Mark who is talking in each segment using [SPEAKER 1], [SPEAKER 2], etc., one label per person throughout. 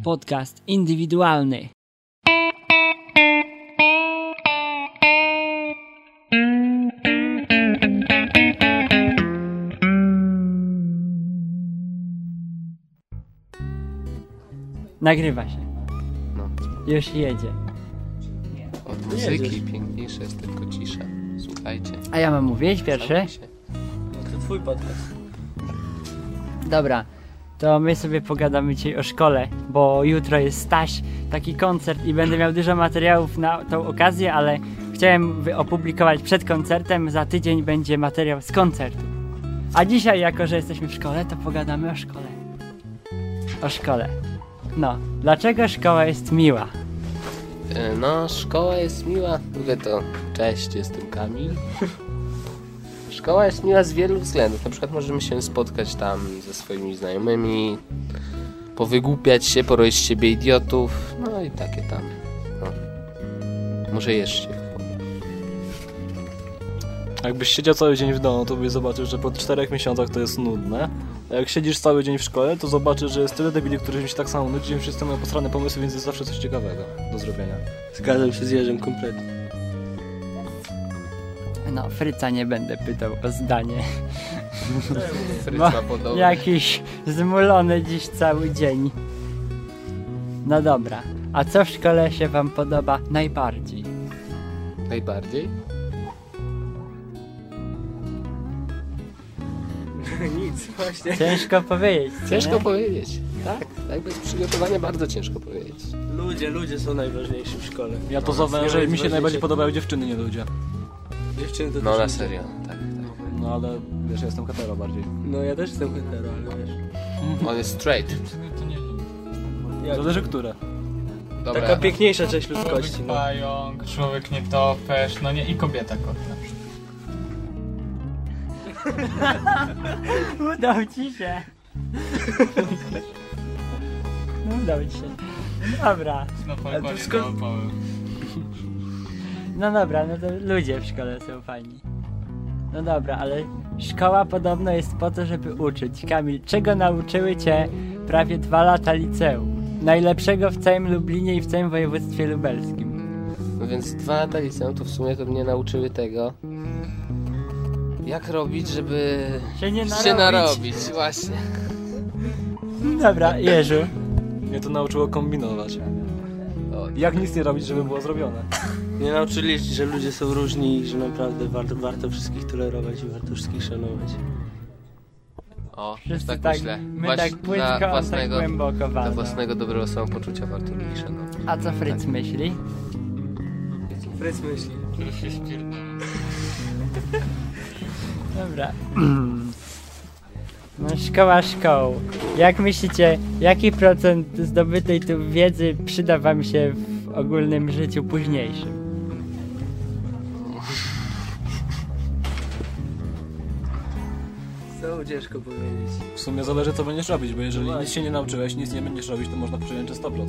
[SPEAKER 1] podcast indywidualny. Nagrywa się.
[SPEAKER 2] No.
[SPEAKER 1] Już jedzie.
[SPEAKER 2] Od muzyki piękniejsza jest tylko cisza. Słuchajcie.
[SPEAKER 1] A ja mam mówić pierwszy?
[SPEAKER 3] To twój podcast.
[SPEAKER 1] Dobra, to my sobie pogadamy dzisiaj o szkole, bo jutro jest Staś, taki koncert i będę miał dużo materiałów na tą okazję, ale chciałem opublikować przed koncertem, za tydzień będzie materiał z koncertu. A dzisiaj, jako że jesteśmy w szkole, to pogadamy o szkole. O szkole. No, dlaczego szkoła jest miła?
[SPEAKER 2] No, szkoła jest miła. Mówię to, cześć, jestem Kamil. Szkoła jest miła z wielu względów. Na przykład możemy się spotkać tam ze swoimi znajomymi, powygłupiać się, porobić z siebie idiotów, no i takie tam. No. Może jeszcze.
[SPEAKER 3] Jakbyś siedział cały dzień w domu, to byś zobaczył, że po 4 miesiącach to jest nudne. A jak siedzisz cały dzień w szkole, to zobaczysz, że jest tyle debili, którzy mi się tak samo nudzi, że wszyscy mają posrane pomysły, więc jest zawsze coś ciekawego do zrobienia.
[SPEAKER 4] Zgadzam się z Jerzym kompletnie.
[SPEAKER 1] No, Fryca nie będę pytał o zdanie.
[SPEAKER 2] Fryca podobny.
[SPEAKER 1] Jakiś zmulony dziś cały dzień. No dobra, a co w szkole się wam podoba najbardziej?
[SPEAKER 2] Najbardziej?
[SPEAKER 4] Nic, właśnie.
[SPEAKER 1] Ciężko powiedzieć.
[SPEAKER 2] Ciężko
[SPEAKER 1] nie?
[SPEAKER 2] powiedzieć. Tak bez przygotowania bardzo ciężko powiedzieć.
[SPEAKER 4] Ludzie są najważniejsi w szkole.
[SPEAKER 3] Ja to zawężę, mi się najbardziej podobają dziewczyny, nie ludzie.
[SPEAKER 4] Dziewczyny to
[SPEAKER 2] No
[SPEAKER 4] też
[SPEAKER 2] na
[SPEAKER 4] ludzie.
[SPEAKER 2] serio, tak.
[SPEAKER 3] No ale wiesz, ja jestem hetero bardziej.
[SPEAKER 4] No ja też jestem hetero, ale wiesz.
[SPEAKER 2] On jest straight.
[SPEAKER 4] Jak?
[SPEAKER 3] Zależy które.
[SPEAKER 2] Dobra.
[SPEAKER 4] Taka piękniejsza część ludzkości. No.
[SPEAKER 5] Pająk, człowiek nietoperz, no nie, i kobieta kot na przykład.
[SPEAKER 1] Udał ci się. Udał ci się. Dobra.
[SPEAKER 5] No folklorie
[SPEAKER 4] skąd-
[SPEAKER 5] naokoło.
[SPEAKER 1] No dobra, no to ludzie w szkole są fajni. No dobra, ale szkoła podobno jest po to, żeby uczyć. Kamil, czego nauczyły cię prawie 2 lata liceum? Najlepszego w całym Lublinie i w całym województwie lubelskim.
[SPEAKER 2] No więc 2 lata liceum to w sumie to mnie nauczyły tego, jak robić, żeby
[SPEAKER 1] Się nie
[SPEAKER 2] się narobić. Właśnie.
[SPEAKER 1] Dobra, Jerzu.
[SPEAKER 3] Mnie to nauczyło kombinować.
[SPEAKER 2] O,
[SPEAKER 3] Jak nic nie robić, żeby było zrobione.
[SPEAKER 4] Mnie nauczyli, że ludzie są różni i że naprawdę warto wszystkich tolerować i warto wszystkich szanować.
[SPEAKER 2] o
[SPEAKER 1] Wszyscy
[SPEAKER 2] tak
[SPEAKER 1] tak,
[SPEAKER 2] myślę.
[SPEAKER 1] my tak płytko, on tak głęboko
[SPEAKER 2] dla
[SPEAKER 1] walną.
[SPEAKER 2] własnego dobrego samopoczucia warto ich szanować.
[SPEAKER 1] A co Fryc myśli?
[SPEAKER 4] Fryc myśli.
[SPEAKER 5] Że się spierdolę.
[SPEAKER 1] Dobra. No szkoła szkoł. Jak myślicie, jaki procent zdobytej tu wiedzy przyda wam się w ogólnym życiu późniejszym?
[SPEAKER 4] Co ciężko powiedzieć.
[SPEAKER 3] W sumie zależy co będziesz robić, bo jeżeli nic się nie nauczyłeś, nic nie będziesz robić, to można przyjąć, że 100%.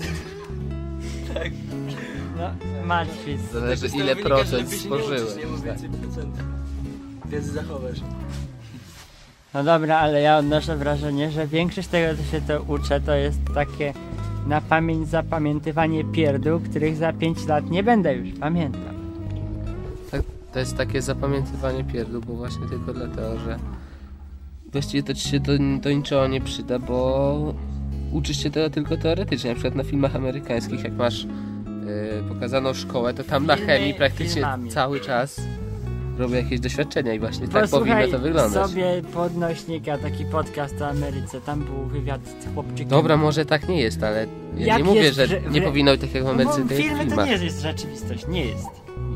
[SPEAKER 1] No, martwisz.
[SPEAKER 2] Zależy ile procent spożyłeś.
[SPEAKER 4] Nie mów więcej procentów. Wiedzy zachowasz.
[SPEAKER 1] No dobra, ale ja odnoszę wrażenie, że większość tego, co się to uczę, to jest takie na pamięć zapamiętywanie pierdół, których za 5 lat nie będę już pamiętał.
[SPEAKER 2] Tak, to jest takie zapamiętywanie pierdół, bo właśnie tylko dlatego, że właściwie to ci się do niczego nie przyda, bo uczysz się tego tylko teoretycznie. Na przykład na filmach amerykańskich, jak masz pokazaną szkołę, to tam na chemii praktycznie
[SPEAKER 1] filmami.
[SPEAKER 2] cały czas robią jakieś doświadczenia i właśnie tak
[SPEAKER 1] Posłuchaj
[SPEAKER 2] powinno to wyglądać.
[SPEAKER 1] sobie podnośnika, taki podcast o Ameryce, tam był wywiad z chłopczykiem.
[SPEAKER 2] Dobra, może tak nie jest, ale ja
[SPEAKER 1] Jak
[SPEAKER 2] nie mówię,
[SPEAKER 1] jest,
[SPEAKER 2] że
[SPEAKER 1] że-
[SPEAKER 2] nie powinno być tak jak w Ameryce,
[SPEAKER 1] bo
[SPEAKER 2] to jest w
[SPEAKER 1] filmy to
[SPEAKER 2] filmach.
[SPEAKER 1] nie jest rzeczywistość, nie jest.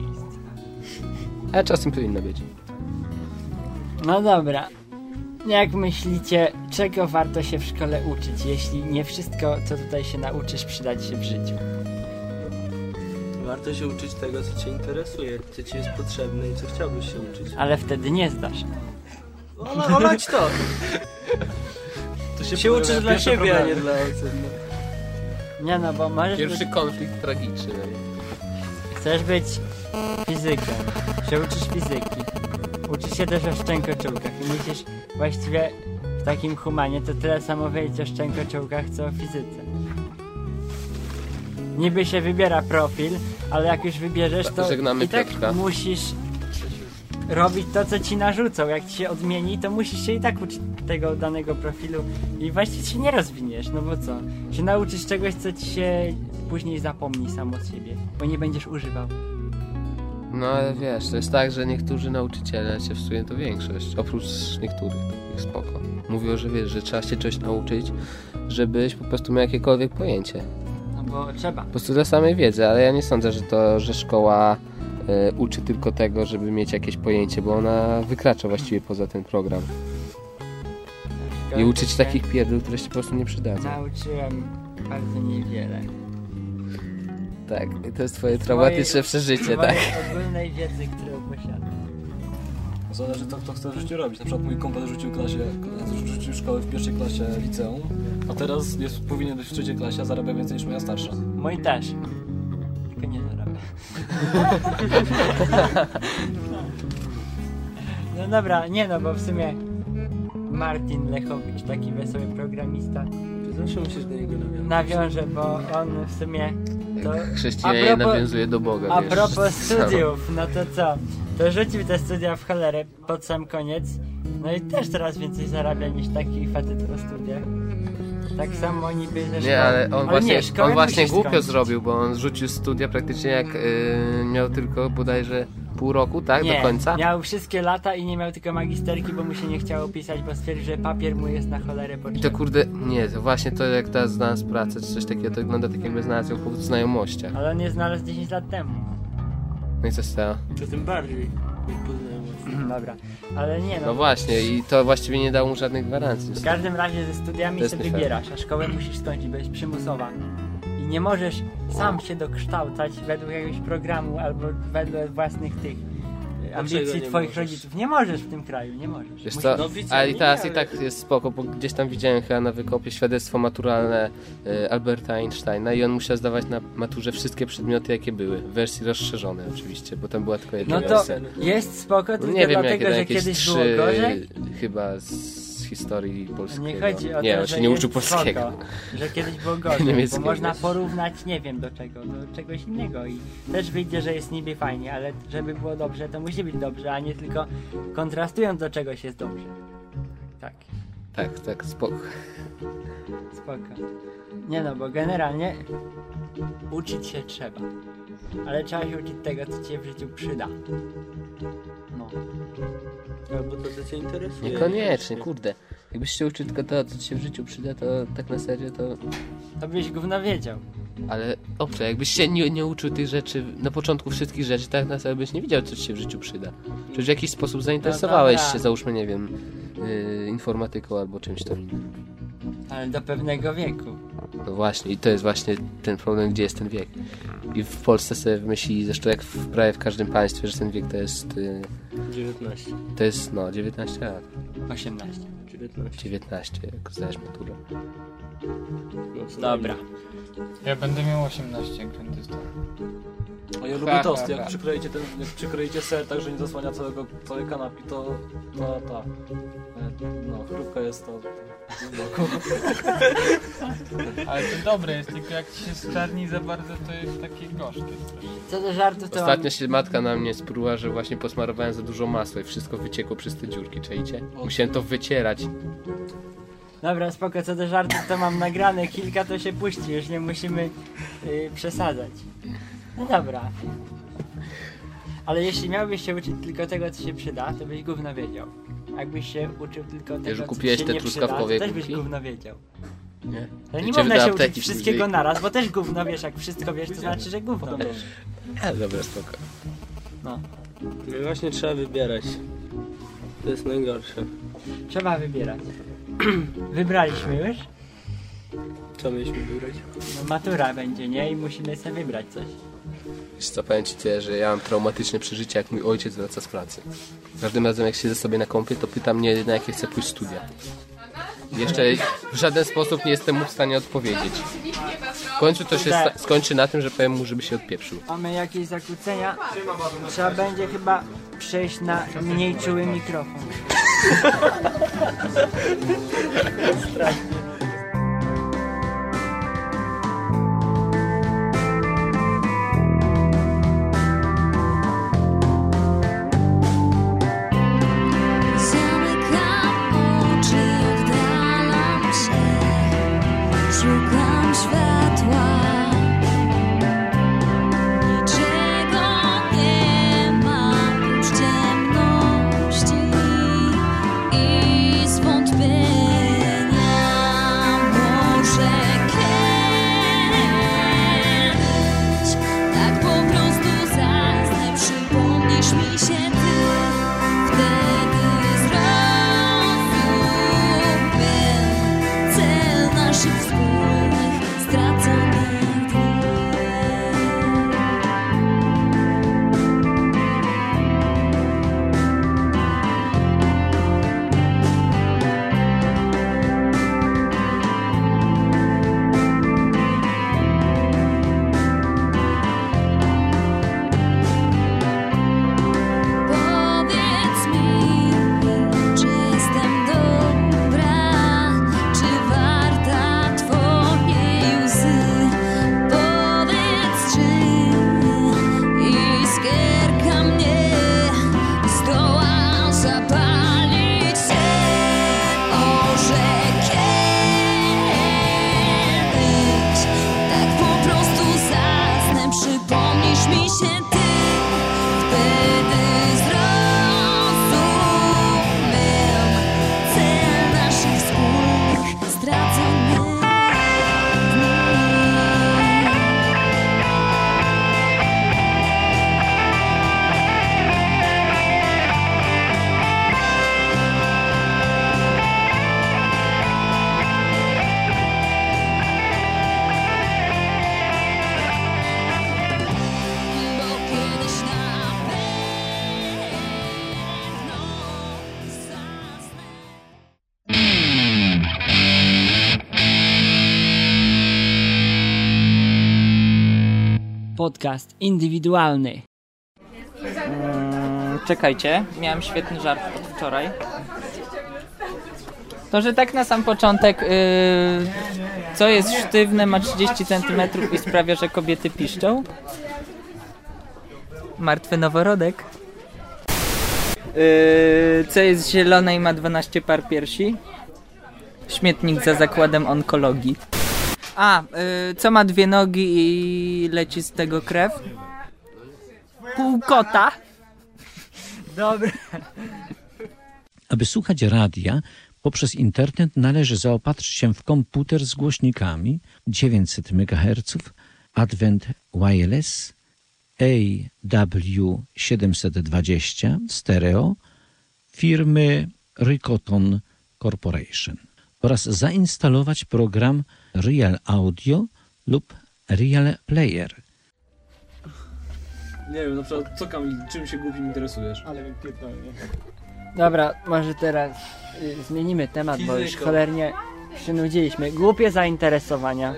[SPEAKER 2] Ale czasem powinno być.
[SPEAKER 1] No dobra. Jak myślicie, czego warto się w szkole uczyć, jeśli nie wszystko, co tutaj się nauczysz, przydać się w życiu?
[SPEAKER 4] Warto się uczyć tego, co cię interesuje, co ci jest potrzebne i co chciałbyś się uczyć.
[SPEAKER 1] Ale wtedy nie zdasz.
[SPEAKER 4] Olać to!
[SPEAKER 3] To
[SPEAKER 4] Się uczysz dla
[SPEAKER 3] pierwsze
[SPEAKER 4] siebie, a nie
[SPEAKER 3] problemy.
[SPEAKER 4] dla ocen.
[SPEAKER 1] Nie no, bo możesz
[SPEAKER 2] Pierwszy
[SPEAKER 1] być,
[SPEAKER 2] konflikt tragiczny.
[SPEAKER 1] chcesz być fizykiem, się uczysz fizyki, uczysz się też o szczękoczułkach i musisz właściwie w takim humanie to tyle samo wiedzieć o szczękoczułkach, co o fizyce. niby się wybiera profil, ale jak już wybierzesz, to
[SPEAKER 2] Żegnamy
[SPEAKER 1] i tak
[SPEAKER 2] Piotrka.
[SPEAKER 1] musisz robić to, co ci narzucą. Jak ci się odmieni, to musisz się i tak uczyć tego danego profilu i właściwie się nie rozwiniesz, no bo co? Się nauczysz czegoś, co ci się później zapomni samo z siebie, bo nie będziesz używał.
[SPEAKER 2] No ale wiesz, to jest tak, że niektórzy nauczyciele, się w sumie to większość, oprócz niektórych, takich spoko, mówią, że wiesz, że trzeba się czegoś nauczyć, żebyś po prostu miał jakiekolwiek pojęcie.
[SPEAKER 1] No bo trzeba.
[SPEAKER 2] Po prostu dla samej wiedzy, ale ja nie sądzę, że szkoła uczy tylko tego, żeby mieć jakieś pojęcie, bo ona wykracza właściwie poza ten program. I uczyć takich pierdół, które się po prostu nie przydadzą.
[SPEAKER 1] Nauczyłem bardzo niewiele.
[SPEAKER 2] Tak, i to jest twoje traumatyczne przeżycie, tak?
[SPEAKER 1] Ogólnej wiedzy, którą posiadam.
[SPEAKER 3] Zależy co chce w życiu robić. Na przykład mój kumpel rzucił szkołę w pierwszej klasie liceum, a teraz powinien być w trzeciej klasie, a zarabia więcej niż moja starsza.
[SPEAKER 1] Mój też. Tylko nie zarabia. No dobra, nie no, bo w sumie Martin Lechowicz, taki wesoły programista,
[SPEAKER 4] Ty zawsze musisz do niego
[SPEAKER 1] nawiąże, bo on w sumie to...
[SPEAKER 2] Chrześcijanin nawiązuje do Boga,
[SPEAKER 1] A
[SPEAKER 2] wiesz.
[SPEAKER 1] propos studiów, no to co? To rzucił te studia w cholerę pod sam koniec, no i też coraz więcej zarabia niż taki facet po studiach. Tak samo niby ze szkoły.
[SPEAKER 2] Nie, ale on
[SPEAKER 1] szkołę
[SPEAKER 2] właśnie
[SPEAKER 1] musisz
[SPEAKER 2] głupio
[SPEAKER 1] skończyć.
[SPEAKER 2] zrobił, bo on rzucił studia praktycznie jak miał tylko bodajże pół roku, tak?
[SPEAKER 1] Nie,
[SPEAKER 2] Do końca?
[SPEAKER 1] miał wszystkie lata i nie miał tylko magisterki, bo mu się nie chciało pisać, bo stwierdził, że papier mu jest na cholerę
[SPEAKER 2] I
[SPEAKER 1] potrzebny.
[SPEAKER 2] to kurde, nie, to właśnie to jak teraz znalazł pracę czy coś takiego, to wygląda tak jakby znalazł ją po znajomościach.
[SPEAKER 1] Ale on je znalazł 10 lat temu.
[SPEAKER 2] No i co stało?
[SPEAKER 4] To tym bardziej, jak poznaję.
[SPEAKER 1] Dobra, ale nie
[SPEAKER 2] No
[SPEAKER 1] no.
[SPEAKER 2] właśnie i to właściwie nie dało mu żadnych gwarancji.
[SPEAKER 1] W każdym razie ze
[SPEAKER 2] To
[SPEAKER 1] studiami
[SPEAKER 2] jest
[SPEAKER 1] sobie
[SPEAKER 2] nie fair.
[SPEAKER 1] wybierasz, a szkołę musisz skończyć, bo jest przymusowa. I nie możesz sam się dokształcać według jakiegoś programu albo według własnych tych ambicji
[SPEAKER 4] nie
[SPEAKER 1] twoich
[SPEAKER 4] możesz?
[SPEAKER 1] rodziców. Nie możesz w tym kraju, nie możesz.
[SPEAKER 2] Wiesz
[SPEAKER 1] Musisz-
[SPEAKER 2] co,
[SPEAKER 4] no oficjalnie
[SPEAKER 2] ale i teraz
[SPEAKER 4] nie,
[SPEAKER 2] i tak jest spoko, bo gdzieś tam widziałem chyba na wykopie świadectwo maturalne Alberta Einsteina i on musiał zdawać na maturze wszystkie przedmioty jakie były, w wersji rozszerzonej oczywiście, bo tam była tylko jedna
[SPEAKER 1] No to
[SPEAKER 2] wersja.
[SPEAKER 1] jest spoko,
[SPEAKER 2] No
[SPEAKER 1] tylko
[SPEAKER 2] nie wiem
[SPEAKER 1] dlatego,
[SPEAKER 2] jakie,
[SPEAKER 1] że
[SPEAKER 2] jakieś
[SPEAKER 1] kiedyś
[SPEAKER 2] 3
[SPEAKER 1] było gorzej.
[SPEAKER 2] chyba z historii polskiego.
[SPEAKER 1] Nie chodzi o
[SPEAKER 2] nie,
[SPEAKER 1] to,
[SPEAKER 2] on
[SPEAKER 1] że
[SPEAKER 2] się nie
[SPEAKER 1] jest
[SPEAKER 2] uczył polskiego.
[SPEAKER 1] spoko, że kiedyś było gorzej, bo
[SPEAKER 2] Niemieckiego.
[SPEAKER 1] można porównać, nie wiem do czego, do czegoś innego i też wyjdzie, że jest niby fajnie, ale żeby było dobrze, to musi być dobrze, a nie tylko kontrastując do czegoś jest dobrze. Tak,
[SPEAKER 2] Tak, spoko.
[SPEAKER 1] spoko. Nie no, bo generalnie uczyć się trzeba, ale trzeba się uczyć tego, co ci się w życiu przyda. No.
[SPEAKER 4] Albo to, co cię interesuje.
[SPEAKER 2] Niekoniecznie, kurde. Jakbyś się uczył tylko to, co ci się w życiu przyda, to tak na serio to...
[SPEAKER 1] To byś gówno wiedział.
[SPEAKER 2] Ale dobrze, jakbyś się nie uczył tych rzeczy, na początku wszystkich rzeczy, tak na serio byś nie wiedział, co ci się w życiu przyda. Czy w jakiś sposób zainteresowałeś
[SPEAKER 1] dobra.
[SPEAKER 2] się, załóżmy, nie wiem, informatyką albo czymś tam innym.
[SPEAKER 1] Ale do pewnego wieku.
[SPEAKER 2] No właśnie, i to jest właśnie ten problem, gdzie jest ten wiek. I w Polsce sobie wymyślili, zresztą jak prawie w każdym państwie, że ten wiek to jest
[SPEAKER 4] 19.
[SPEAKER 2] 19 lat.
[SPEAKER 1] 18.
[SPEAKER 2] 19, jak zdajesz maturę.
[SPEAKER 4] No, co
[SPEAKER 1] Dobra.
[SPEAKER 5] Ja będę miał 18, jak będę stał.
[SPEAKER 3] A ja lubię tost, jak przykroicie ser tak, że nie zasłania całej kanapki, to ta no, chrupka jest to z boku.
[SPEAKER 5] Ale to dobre jest, tylko jak ci się sklarni za bardzo, to jest takie gorzkie.
[SPEAKER 1] Co do żartów, to
[SPEAKER 2] Ostatnio się matka na mnie spruła, że właśnie posmarowałem za dużo masła i wszystko wyciekło przez te dziurki, czajcie? Musiałem to wycierać.
[SPEAKER 1] Dobra, spoko, co do żartów to mam nagrane, kilka to się puści, już nie musimy przesadzać. No dobra. Ale jeśli miałbyś się uczyć tylko tego, co się przyda, to byś gówno wiedział. Jakbyś się uczył tylko tego,
[SPEAKER 2] że
[SPEAKER 1] co
[SPEAKER 2] kupiłeś
[SPEAKER 1] się
[SPEAKER 2] te
[SPEAKER 1] nie przyda,
[SPEAKER 2] truskawkowe
[SPEAKER 1] to też byś
[SPEAKER 2] kubki?
[SPEAKER 1] gówno wiedział.
[SPEAKER 2] Nie?
[SPEAKER 1] Ale nie
[SPEAKER 2] Idziemy
[SPEAKER 1] można
[SPEAKER 2] do
[SPEAKER 1] się
[SPEAKER 2] apteki
[SPEAKER 1] uczyć wszystkiego
[SPEAKER 2] później.
[SPEAKER 1] naraz, bo też gówno wiesz, jak wszystko wiesz, to znaczy, że gówno wiesz.
[SPEAKER 2] Dobra, spoko.
[SPEAKER 1] No.
[SPEAKER 4] No i właśnie trzeba wybierać. To jest najgorsze.
[SPEAKER 1] Trzeba wybierać. Wybraliśmy już?
[SPEAKER 4] Co mieliśmy wybrać?
[SPEAKER 1] No, matura będzie, nie? I musimy sobie wybrać coś.
[SPEAKER 2] Wiesz co, powiem ci tyle, że ja mam traumatyczne przeżycie, jak mój ojciec wraca z pracy. Każdym razem, jak siedzę sobie na kąpie, to pyta mnie, na jakie chcę pójść studia. Jeszcze w żaden sposób nie jestem mu w stanie odpowiedzieć. W końcu to się skończy na tym, że powiem mu, żeby się odpieprzył.
[SPEAKER 1] Mamy jakieś zakłócenia? Trzeba będzie chyba przejść na mniej czuły mikrofon. Strasznie. podcast indywidualny.
[SPEAKER 6] Czekajcie, miałem świetny żart od wczoraj. To, że tak na sam początek, co jest sztywne, ma 30 cm i sprawia, że kobiety piszczą. Martwy noworodek. Co jest zielone i ma 12 par piersi? Śmietnik za zakładem onkologii. Co ma 2 nogi i leci z tego krew? Pół kota.
[SPEAKER 1] Dobra.
[SPEAKER 7] Aby słuchać radia poprzez internet należy zaopatrzyć się w komputer z głośnikami 900 MHz, Advent Wireless, AW720 stereo firmy Ricotton Corporation oraz zainstalować program Real Audio lub Real Player.
[SPEAKER 3] Nie wiem, na przykład co Kamil, czym się głupim interesujesz?
[SPEAKER 1] Dobra, może teraz zmienimy temat, bo już cholernie przynudziliśmy. Głupie zainteresowania.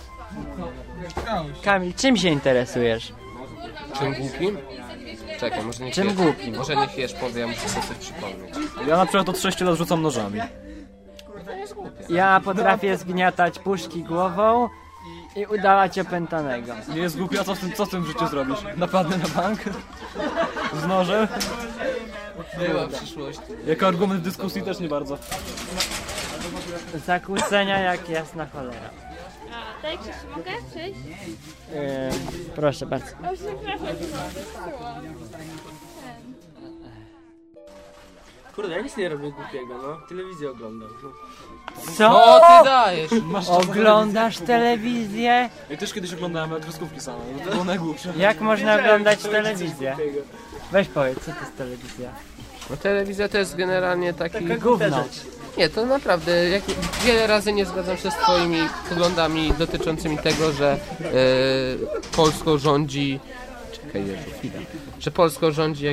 [SPEAKER 1] Kamil, czym się interesujesz?
[SPEAKER 2] Czym głupim? Czekaj, może niech
[SPEAKER 1] Czym głupim?
[SPEAKER 2] Może niech Jerz powie, ja muszę sobie coś przypomnieć.
[SPEAKER 3] Ja na przykład od 6 lat rzucam nożami.
[SPEAKER 1] Ja potrafię zgniatać puszki głową i udawać opętanego.
[SPEAKER 3] Nie jest głupia, co w tym życiu zrobisz? Napadnę na bank? Z nożem?
[SPEAKER 2] Była przyszłość.
[SPEAKER 3] Jako argument w dyskusji też nie bardzo.
[SPEAKER 1] Zakłócenia jak jasna cholera.
[SPEAKER 8] Tak, Krzysiu, mogę? Cześć.
[SPEAKER 1] Proszę bardzo.
[SPEAKER 8] O, przepraszam.
[SPEAKER 4] Kurde, ja nic nie robię głupiego, no. Telewizję oglądam. No.
[SPEAKER 1] Co?
[SPEAKER 2] O, ty dajesz!
[SPEAKER 1] Oglądasz telewizję?
[SPEAKER 3] Ja też kiedyś oglądałem jak kreskówki same, to było najgłupsze.
[SPEAKER 1] Jak można oglądać telewizję? Weź powiedz, co to jest telewizja?
[SPEAKER 2] No telewizja to jest generalnie taki...
[SPEAKER 1] Gówno.
[SPEAKER 2] Nie, to naprawdę, jak wiele razy nie zgadzam się z twoimi poglądami dotyczącymi tego, że Polską rządzi... Czekaj, Jezu, chwila. Że Polską rządzi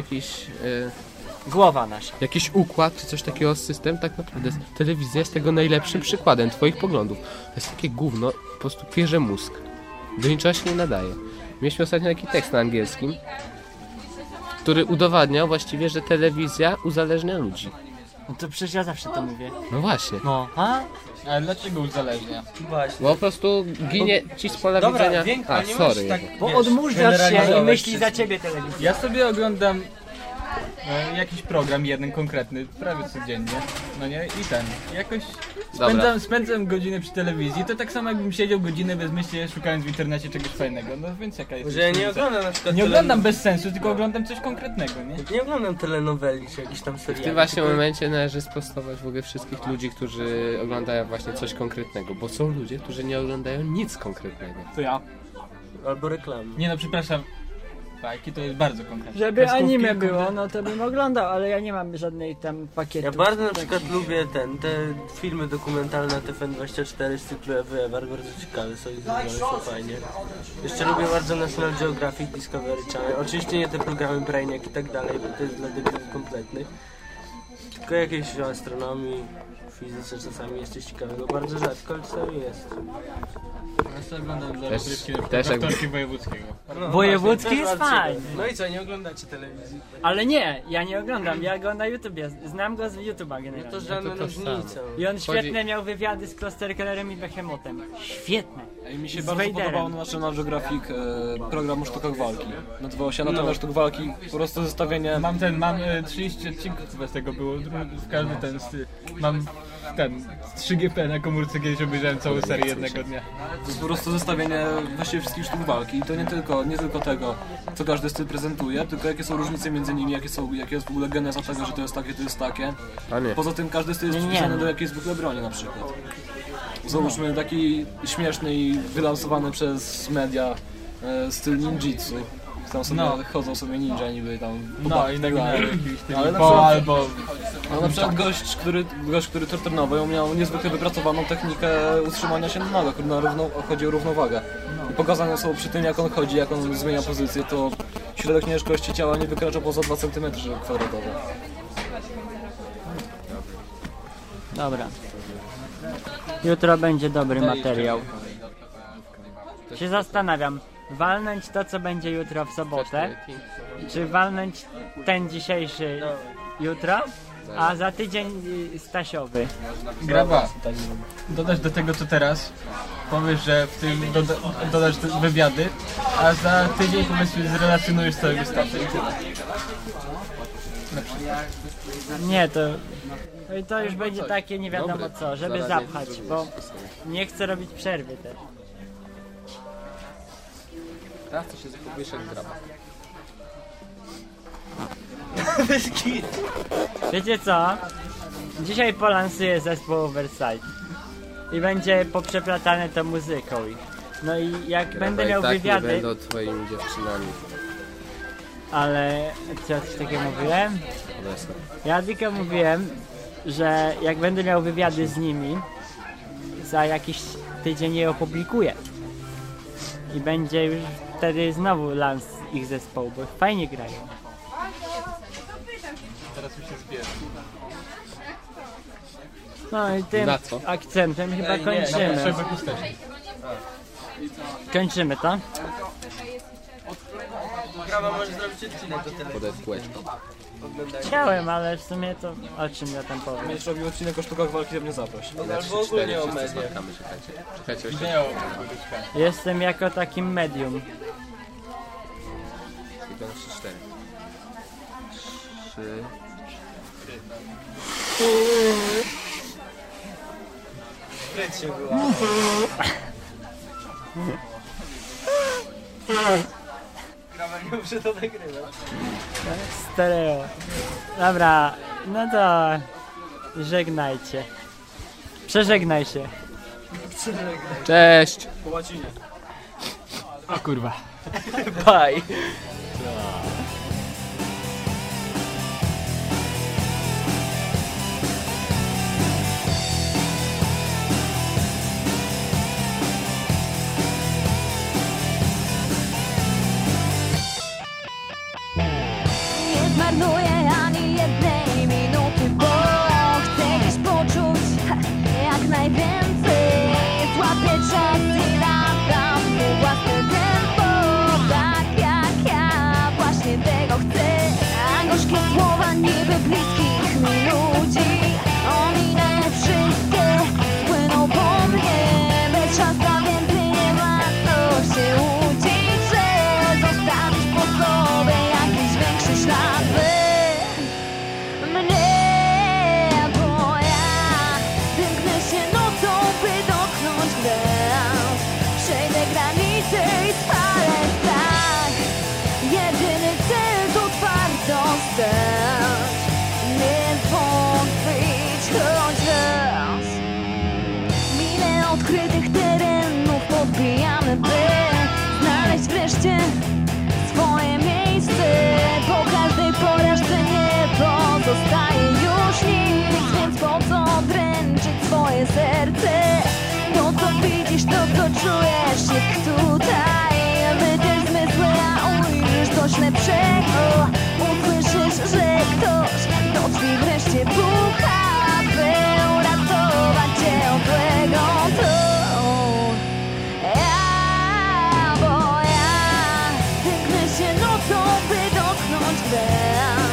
[SPEAKER 1] Głowa nasza.
[SPEAKER 2] jakiś układ, czy coś takiego, system. Tak naprawdę telewizja jest tego najlepszym przykładem twoich poglądów. To jest takie gówno, po prostu pierze mózg. Do niczego się nie nadaje. Mieliśmy ostatnio taki tekst na angielskim, który udowadniał właściwie, że telewizja uzależnia ludzi.
[SPEAKER 1] No to przecież ja zawsze to mówię.
[SPEAKER 2] No właśnie.
[SPEAKER 1] No, a?
[SPEAKER 5] Ale dlaczego uzależnia?
[SPEAKER 4] Właśnie.
[SPEAKER 2] Bo po prostu ginie ci z pola widzenia... A, sorry.
[SPEAKER 1] Bo odmurzasz się i myśli za ciebie telewizja.
[SPEAKER 5] Ja sobie oglądam jakiś program, jeden konkretny, prawie codziennie, no nie? I jakoś spędzam godzinę przy telewizji, to tak samo jakbym siedział godzinę bezmyślnie szukając w internecie czegoś fajnego, no więc jaka jest...
[SPEAKER 4] Że ja nie oglądam na przykład
[SPEAKER 5] Nie oglądam bez sensu, tylko oglądam coś konkretnego, nie?
[SPEAKER 4] Nie oglądam telenoweli czy jakichś tam seriali.
[SPEAKER 2] W tym właśnie momencie należy sprostować w ogóle wszystkich ludzi, którzy oglądają właśnie coś konkretnego, bo są ludzie, którzy nie oglądają nic konkretnego.
[SPEAKER 5] To ja.
[SPEAKER 4] Albo reklamy.
[SPEAKER 5] Nie no, przepraszam. Bajki to jest bardzo konkretne.
[SPEAKER 1] Żeby
[SPEAKER 5] Kreskówki,
[SPEAKER 1] anime było, no to bym oglądał, ale ja nie mam żadnej tam pakietu.
[SPEAKER 4] Ja bardzo na przykład lubię te filmy dokumentalne na TVN24 z cyklu Ever, bardzo ciekawe są i zrobione są fajnie. Jeszcze lubię bardzo National Geographic, Discovery Channel. Oczywiście nie te programy Brainiac i tak dalej, bo to jest dla debilów kompletnych. Tylko jakieś o astronomii, fizyce czasami jest coś ciekawego. Bardzo rzadko, ale czasami jest.
[SPEAKER 5] Ja sobie oglądam
[SPEAKER 2] Też-
[SPEAKER 5] rozgrywki na
[SPEAKER 2] też
[SPEAKER 5] przykład
[SPEAKER 2] jakby-
[SPEAKER 5] aktorki wojewódzkiego.
[SPEAKER 4] No,
[SPEAKER 1] Wojewódzki
[SPEAKER 4] właśnie,
[SPEAKER 1] jest
[SPEAKER 4] też bardzo
[SPEAKER 1] fajny.
[SPEAKER 4] ciekawe. No i co, nie oglądacie telewizji?
[SPEAKER 1] Ale nie, ja nie oglądam, ja go na YouTubie, znam go z YouTube'a
[SPEAKER 4] To
[SPEAKER 1] generalnie.
[SPEAKER 4] żadna
[SPEAKER 2] to samo.
[SPEAKER 4] różnica.
[SPEAKER 1] I on świetne miał wywiady z Klosterkellerem i Behemotem. Świetne.
[SPEAKER 3] I mi się
[SPEAKER 1] Z
[SPEAKER 3] bardzo
[SPEAKER 1] Vaderem.
[SPEAKER 3] podobał na National Geographic program o sztukach walki. Nazywał się Anatomia Sztuk Walki, po prostu zestawienie...
[SPEAKER 5] Mam 30 odcinków chyba z tego było, w każdy mam 3GP na komórce, kiedyś obejrzałem całą serię jednego dnia.
[SPEAKER 3] To jest po prostu zestawienie właściwie wszystkich sztuk walki i to nie tylko tego, co każdy styl prezentuje, tylko jakie są różnice między nimi, jaka jest w ogóle geneza tego, że to jest takie.
[SPEAKER 2] A nie.
[SPEAKER 3] Poza tym każdy styl jest
[SPEAKER 1] Nie.
[SPEAKER 3] przypisany do jakiejś zwykłej broni na przykład. Załóżmy taki śmieszny i wylansowany przez media styl ninjitsu. Tam sobie chodzą sobie ninja niby tam po
[SPEAKER 5] No
[SPEAKER 3] bach
[SPEAKER 5] i
[SPEAKER 3] i tak dalej.
[SPEAKER 5] ale albo...
[SPEAKER 3] No na przykład gość, który to trenował, miał niezwykle wypracowaną technikę utrzymania się na nogach, chodzi o równowagę. I pokazane są przy tym, jak on chodzi, jak on zmienia pozycję, to środek ciężkości ciała nie wykracza poza 2 cm².
[SPEAKER 1] Dobra. Jutro będzie dobry materiał. Się zastanawiam, walnąć to, co będzie jutro w sobotę, czy walnąć ten dzisiejszy jutro, a za tydzień Stasiowy.
[SPEAKER 5] Graba, dodasz do tego co teraz, powiesz, że w tym dodasz wywiady, a za tydzień powiedzmy zrelacjonujesz całego statu.
[SPEAKER 1] Nie, to już będzie takie nie wiadomo co, żeby zapchać, bo nie chcę robić przerwy też.
[SPEAKER 2] Teraz to się zachowujesz jak Graba.
[SPEAKER 1] Wiecie co? Dzisiaj polansuję zespół Oversight i będzie poprzeplatane to muzyką ich. No i jak
[SPEAKER 2] Graba
[SPEAKER 1] będę miał
[SPEAKER 2] i tak
[SPEAKER 1] wywiady...
[SPEAKER 2] nie będą twoimi dziewczynami.
[SPEAKER 1] Ale co, coś takiego mówiłem?
[SPEAKER 2] Obecnie.
[SPEAKER 1] Ja tylko mówiłem, że jak będę miał wywiady z nimi, za jakiś tydzień je opublikuję. I będzie już wtedy znowu lans ich zespołu, bo fajnie grają.
[SPEAKER 5] Teraz mi się zbierze.
[SPEAKER 1] No i tym
[SPEAKER 2] Na co?
[SPEAKER 1] akcentem chyba kończymy.
[SPEAKER 5] Potrzeby chusteczki.
[SPEAKER 1] Kończymy to?
[SPEAKER 4] Graba może zrobić odcinek do telewizji.
[SPEAKER 2] Podaj kółeczko.
[SPEAKER 1] Chciałem, ale w sumie to o czym ja tam powiem.
[SPEAKER 3] Będziesz robił odcinek o sztukach walki, to mnie zaproś.
[SPEAKER 4] Albo ogólnie o mediach.
[SPEAKER 2] Czekajcie,
[SPEAKER 5] Wideo.
[SPEAKER 1] Jestem jako takim medium.
[SPEAKER 2] 1, 3, 4. 3.
[SPEAKER 4] Krycie było. Graba nie muszę to nagrywać.
[SPEAKER 1] Stereo. Dobra, no to żegnajcie. Przeżegnaj się.
[SPEAKER 2] Cześć!
[SPEAKER 3] Po łacinie.
[SPEAKER 1] O kurwa.
[SPEAKER 4] Bye.
[SPEAKER 9] Nie zmarnuję ani jednej minuty, bo chcę dziś poczuć jak najwięcej. Złapię czas i latam po własne tempo, tak jak ja właśnie tego chcę. A gorzkie słowa niby bliskich mi ludzi ominę wszystkie, spłyną po mnie. Bez szansa więcej nie ma co się łudzić, że zostawić po sobie jakiś większy ślad mnie, bo ja tęsknię się nocą, by dotknąć gwiazd. Przejdę granicę i spalę tak. Jedyny cel to twardo stać, nie zwątpić choć raz. Mile odkrytych terenów podbijamy, by znaleźć wreszcie swoje miejsce. Po każdej porażce nie pozostaje już nic, więc po co dręczyć swoje serce? To co widzisz, to co czujesz jest tutaj. Wytesz zmysły, a ujrzysz coś lepszego. Usłyszysz, że ktoś do drzwi wreszcie puka, by uratować cię od złego. To bo ja tęsknię się nocą, by dotknąć gwiazd.